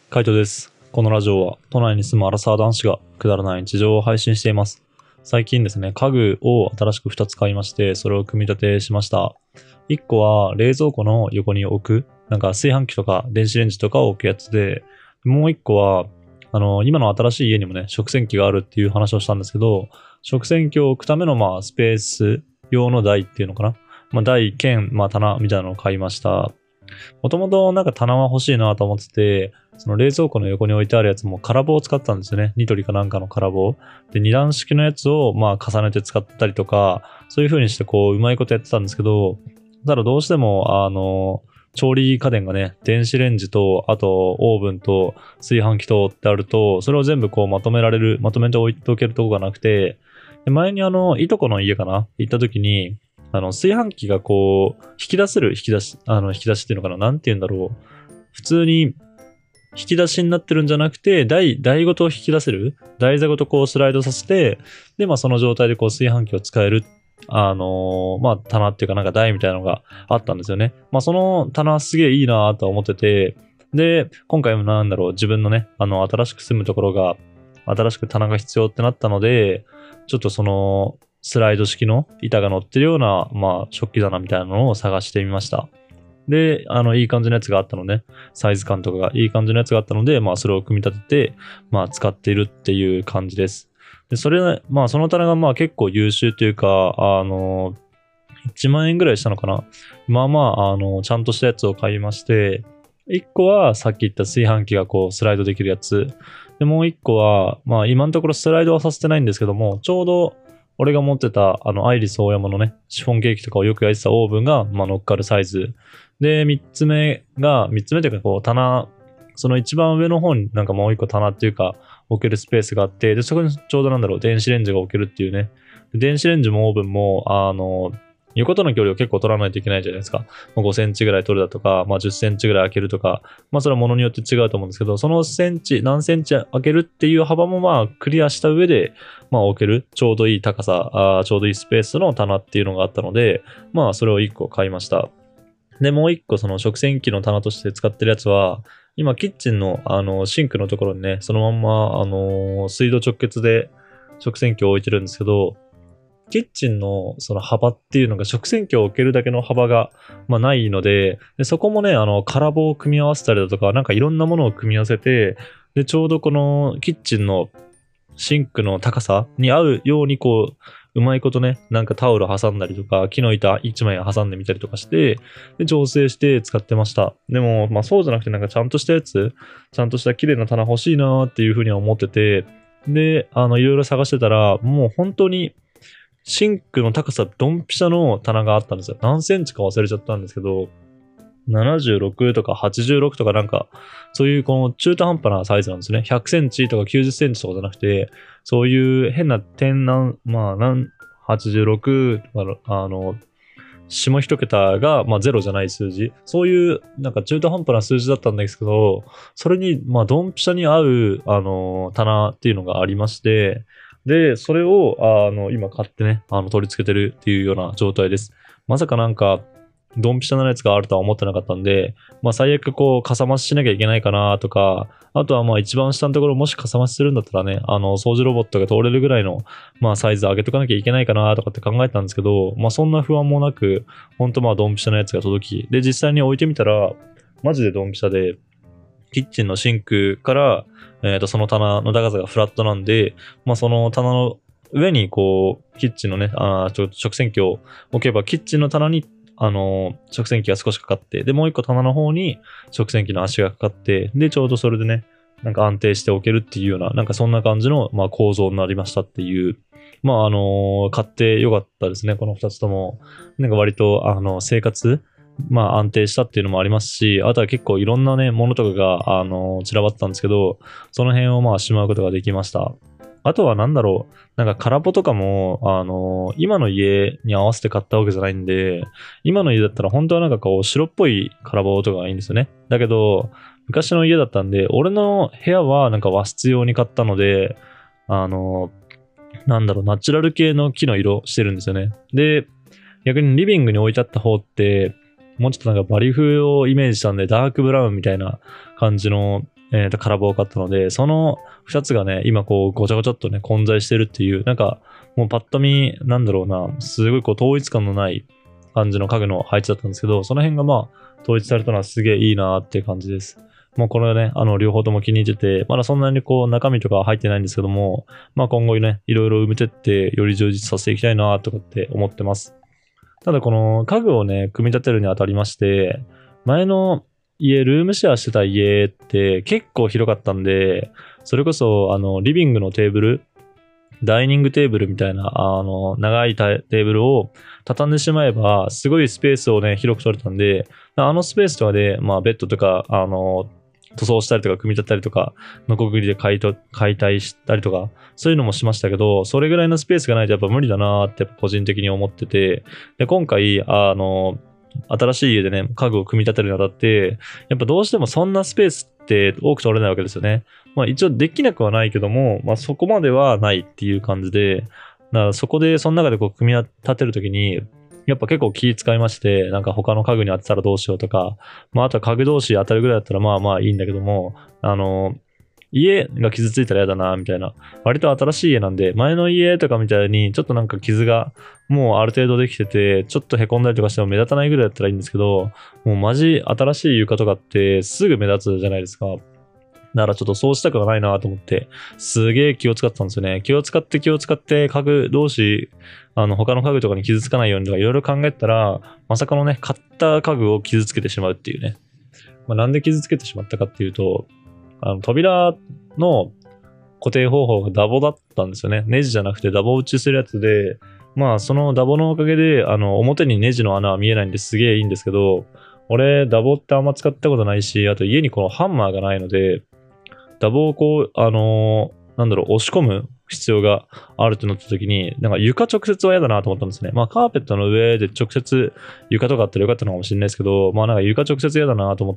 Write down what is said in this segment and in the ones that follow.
カイトです。このラジオは都内に住むアラサー男子がくだらない日常を配信しています。最近ですね、家具を新しく2つ買いまして、それを組み立てしました。1個は冷蔵庫の横に置く、炊飯器とか電子レンジとかを置くやつで、もう1個は、今の新しい家にもね、食洗機があるっていう話をしたんですけど、食洗機を置くためのスペース用の台っていうのかな。台兼棚みたいなのを買いました。もともと棚は欲しいなと思ってて、その冷蔵庫の横に置いてあるやつも空棒を使ったんですよね。ニトリかなんかの空棒。で、二段式のやつを重ねて使ったりとか、そういう風にしてうまいことやってたんですけど、ただどうしても、調理家電がね、電子レンジと、あとオーブンと炊飯器とってあると、それを全部まとめて置いておけるとこがなくて、で前にいとこの家かな行った時に、炊飯器が引き出しっていうのかななんて言うんだろう。普通に引き出しになってるんじゃなくて、台ごと引き出せる台座ごとスライドさせて、で、その状態で炊飯器を使える、棚っていうか台みたいなのがあったんですよね。その棚すげえいいなと思ってて、で、今回も自分のね、新しく住むところが、新しく棚が必要ってなったので、ちょっとスライド式の板が乗ってるような、食器棚みたいなのを探してみました。で、いい感じのやつがあったので、サイズ感とかがいい感じのやつがあったので、それを組み立てて、使っているっていう感じです。で、その棚が結構優秀というか、1万円ぐらいしたのかな。ちゃんとしたやつを買いまして、1個はさっき言った炊飯器がスライドできるやつ。で、もう1個は、今のところスライドはさせてないんですけども、ちょうど俺が持ってた、アイリスオーヤマのね、シフォンケーキとかをよく焼いてたオーブンが、乗っかるサイズ。で、3つ目というか、棚、その一番上の方にもう一個棚っていうか、置けるスペースがあって、で、そこにちょうど電子レンジが置けるっていうね。電子レンジもオーブンも、横との距離を結構取らないといけないじゃないですか。5センチぐらい取るだとか、10センチぐらい開けるとか、それは物によって違うと思うんですけど、その何センチ開けるっていう幅もクリアした上で、置ける、ちょうどいい高さ、ちょうどいいスペースの棚っていうのがあったので、それを1個買いました。で、もう1個その食洗機の棚として使ってるやつは、今キッチンのシンクのところにね、そのまんま水道直結で食洗機を置いてるんですけど、キッチンのその幅っていうのが食洗機を置けるだけの幅が、ないので、そこもね、空棒を組み合わせたりだとか、いろんなものを組み合わせて、で、ちょうどこのキッチンのシンクの高さに合うようにうまいことね、タオル挟んだりとか、木の板1枚挟んでみたりとかして、で、調整して使ってました。でも、そうじゃなくてちゃんとしたやつ、ちゃんとした綺麗な棚欲しいなーっていうふうには思ってて、で、いろいろ探してたら、もう本当に、シンクの高さドンピシャの棚があったんですよ。何センチか忘れちゃったんですけど、76とか86とかそういう中途半端なサイズなんですね。100センチとか90センチとかじゃなくて、そういう変な86とか下一桁が0じゃない数字。そういう中途半端な数字だったんですけど、それにドンピシャに合う棚っていうのがありまして、で、それを今買ってね、取り付けてるっていうような状態です。まさかドンピシャなやつがあるとは思ってなかったんで、最悪かさ増ししなきゃいけないかなとか、あとは一番下のところもしかさ増しするんだったらね、掃除ロボットが通れるぐらいのサイズ上げとかなきゃいけないかなとかって考えたんですけど、そんな不安もなく、ほんとドンピシャなやつが届き、で、実際に置いてみたら、マジでドンピシャで、キッチンのシンクから、その棚の高さがフラットなんで、その棚の上にキッチンのね、食洗機を置けば、キッチンの棚に食洗機が少しかかって、で、もう一個棚の方に食洗機の足がかかって、で、ちょうどそれでね、安定しておけるっていうような、そんな感じの、構造になりましたっていう。買ってよかったですね、この2つとも。割と、生活、安定したっていうのもありますし、あとは結構いろんなね、ものとかが、散らばってたんですけど、その辺をしまうことができました。あとは空ボとかも、今の家に合わせて買ったわけじゃないんで、今の家だったら本当は白っぽい空ボとかがいいんですよね。だけど、昔の家だったんで、俺の部屋は和室用に買ったので、ナチュラル系の木の色してるんですよね。で、逆にリビングに置いてあった方って、もうちょっとバリ風をイメージしたんで、ダークブラウンみたいな感じの空棒を買ったので、その2つがね、今こう、ごちゃごちゃっとね、混在してるっていう、なんか、もうパッと見、なんだろうな、すごいこう、統一感のない感じの家具の配置だったんですけど、その辺がまあ、統一されたのはすげえいいなっていう感じです。もうこれね、両方とも気に入ってて、まだそんなにこう、中身とかは入ってないんですけども、まあ今後ね、いろいろ埋めてって、より充実させていきたいなとかって思ってます。ただこの家具をね、組み立てるにあたりまして、前の家、ルームシェアしてた家って結構広かったんで、それこそ、リビングのテーブル、ダイニングテーブルみたいな、長いテーブルを畳んでしまえば、すごいスペースをね、広く取れたんで、スペースとかで、まあ、ベッドとか、塗装したりとか、組み立てたりとか、ノコギリで解体したりとか、そういうのもしましたけど、それぐらいのスペースがないとやっぱ無理だなーって個人的に思ってて、で、今回、新しい家でね、家具を組み立てるにあたって、やっぱどうしてもそんなスペースって多く取れないわけですよね。まあ一応できなくはないけども、まあそこまではないっていう感じで、だからそこで、その中でこう組み立てるときに、やっぱ結構気使いまして、なんか他の家具に当てたらどうしようとか、まああとは家具同士当たるぐらいだったらまあまあいいんだけども、家が傷ついたら嫌だな、みたいな。割と新しい家なんで、前の家とかみたいに、ちょっとなんか傷がもうある程度できてて、ちょっと凹んだりとかしても目立たないぐらいだったらいいんですけど、もうマジ新しい床とかってすぐ目立つじゃないですか。だからちょっとそうしたくはないなと思って、すげえ気を使ってたんですよね。気を使って家具同士、他の家具とかに傷つかないようにとかいろいろ考えたら、まさかのね、買った家具を傷つけてしまうっていうね。まあ、なんで傷つけてしまったかっていうと、扉の固定方法がダボだったんですよね。ネジじゃなくてダボ打ちするやつで、まあそのダボのおかげで、表にネジの穴は見えないんですげえいいんですけど、俺ダボってあんま使ったことないし、あと家にこのハンマーがないので、ダボをこう、押し込む必要があるとなった時に、なんか床直接は嫌だなと思ったんですね。まあカーペットの上で直接床とかあったらよかったのかもしれないですけど、まあなんか床直接嫌だなと思って、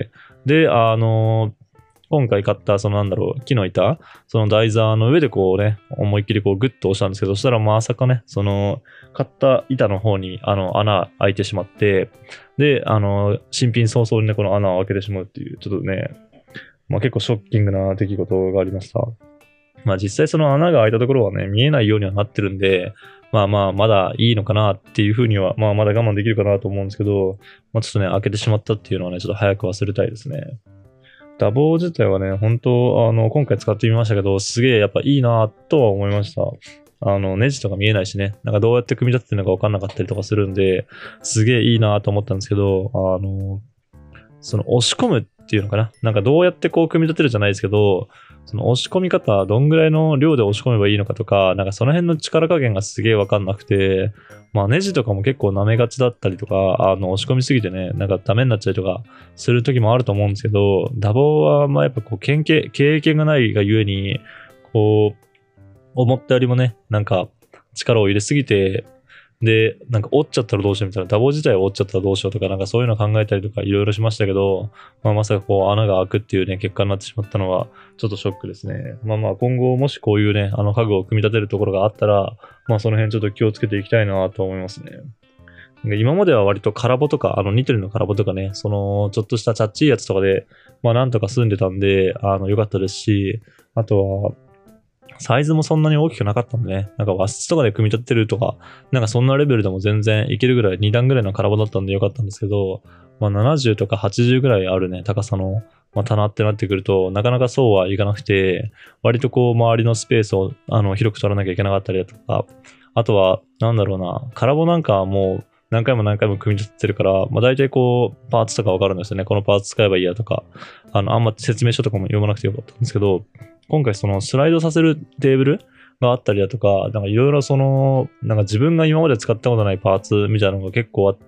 で、今回買った木の板、その台座の上でこうね、思いっきりこうグッと押したんですけど、そしたらまさかね、買った板の方に穴開いてしまって、で、新品早々にね、この穴を開けてしまうっていう、ちょっとね、まあ結構ショッキングな出来事がありました。まあ実際その穴が開いたところはね、見えないようにはなってるんで、まあまあ、まだいいのかなっていうふうには、まあまだ我慢できるかなと思うんですけど、まあちょっとね、開けてしまったっていうのはね、ちょっと早く忘れたいですね。ダボ自体はね、本当今回使ってみましたけど、すげえやっぱいいなとは思いました。ネジとか見えないしね、なんかどうやって組み立ててるのか分かんなかったりとかするんで、すげえいいなと思ったんですけど、その押し込むっていうのかな、なんかどうやってこう組み立てるじゃないですけど、その押し込み方、どんぐらいの量で押し込めばいいのかとか、なんかその辺の力加減がすげえ分かんなくて、まあネジとかも結構舐めがちだったりとか、押し込みすぎてね、なんかダメになっちゃうとかする時もあると思うんですけど、ダボはまあやっぱこう経験がないがゆえに、こう、思ったよりもね、なんか力を入れすぎて、で、なんか折っちゃったらどうしようみたいな、ダボ自体を折っちゃったらどうしようとか、なんかそういうの考えたりとかいろいろしましたけど、まあまさかこう穴が開くっていうね、結果になってしまったのは、ちょっとショックですね。まあまあ今後もしこういうね、家具を組み立てるところがあったら、まあその辺ちょっと気をつけていきたいなと思いますね。今までは割と空ボとか、ニトリの空ボとかね、ちょっとしたチャッチいやつとかで、まあなんとか済んでたんで、良かったですし、あとは、サイズもそんなに大きくなかったんでね、なんか和室とかで組み立てるとか、なんかそんなレベルでも全然いけるぐらい、2段ぐらいの空ボだったんでよかったんですけど、まあ70とか80ぐらいあるね、高さの、まあ、棚ってなってくると、なかなかそうはいかなくて、割とこう周りのスペースを広く取らなきゃいけなかったりだとか、あとは、なんだろうな、空ボなんかはもう何回も組み立ててるから、まあ大体こう、パーツとかわかるんですよね。このパーツ使えばいいやとか、あんま説明書とかも読まなくてよかったんですけど、今回そのスライドさせるテーブルがあったりだとか、なんかいろいろなんか自分が今まで使ったことないパーツみたいなのが結構あって、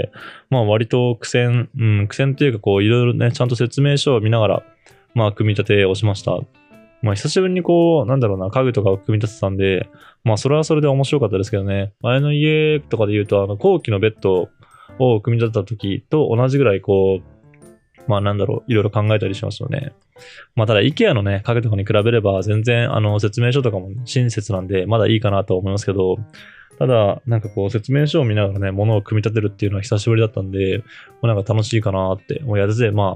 まあ割と苦戦っていうかこういろいろね、ちゃんと説明書を見ながら、まあ組み立てをしました。まあ久しぶりにこう、家具とかを組み立てたんで、まあそれはそれで面白かったですけどね。前の家とかで言うと、後期のベッドを組み立てた時と同じぐらいこう、まあいろいろ考えたりしますよね。まあただ IKEA のね、家具とかに比べれば全然説明書とかも親切なんで、まだいいかなと思いますけど、ただなんかこう説明書を見ながらね、物を組み立てるっていうのは久しぶりだったんで、もうなんか楽しいかなって、もうやるぜ、まあ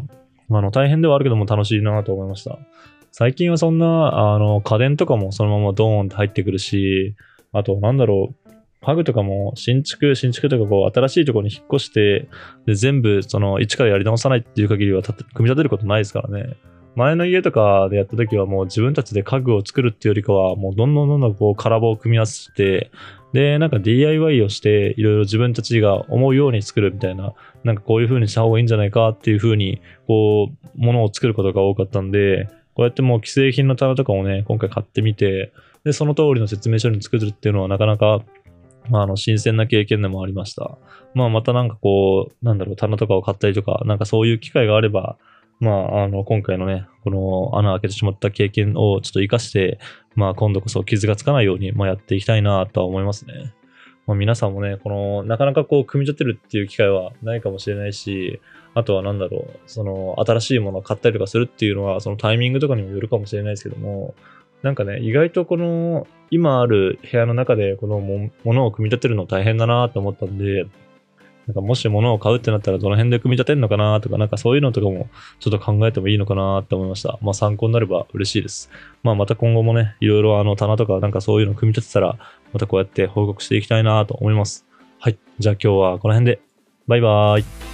大変ではあるけども楽しいなと思いました。最近はそんな、家電とかもそのままドーンって入ってくるし、あと、家具とかも新築とかこう、新しいところに引っ越して、で、全部、一からやり直さないっていう限りは組み立てることないですからね。前の家とかでやった時はもう自分たちで家具を作るっていうよりかは、もうどんどんこう、空棒を組み合わせて、で、DIY をして、いろいろ自分たちが思うように作るみたいな、こういう風にした方がいいんじゃないかっていう風に、こう、ものを作ることが多かったんで、こうやってもう既製品の棚とかもね、今回買ってみて、で、その通りの説明書に作るっていうのはなかなか、新鮮な経験でもありました。また棚とかを買ったりとか、そういう機会があれば、今回のね、この穴開けてしまった経験をちょっと活かして、今度こそ傷がつかないように、やっていきたいなとは思いますね。皆さんもね、なかなかこう、組み立てるっていう機会はないかもしれないし、あとは新しいものを買ったりとかするっていうのは、そのタイミングとかにもよるかもしれないですけども、意外と今ある部屋の中でこのものを組み立てるの大変だなと思ったんで、もし物を買うってなったらどの辺で組み立てるのかなとか、そういうのとかもちょっと考えてもいいのかなって思いました。参考になれば嬉しいです。また今後もね、いろいろ棚とかそういうの組み立てたら、またこうやって報告していきたいなと思います。はい。じゃあ今日はこの辺で。バイバーイ。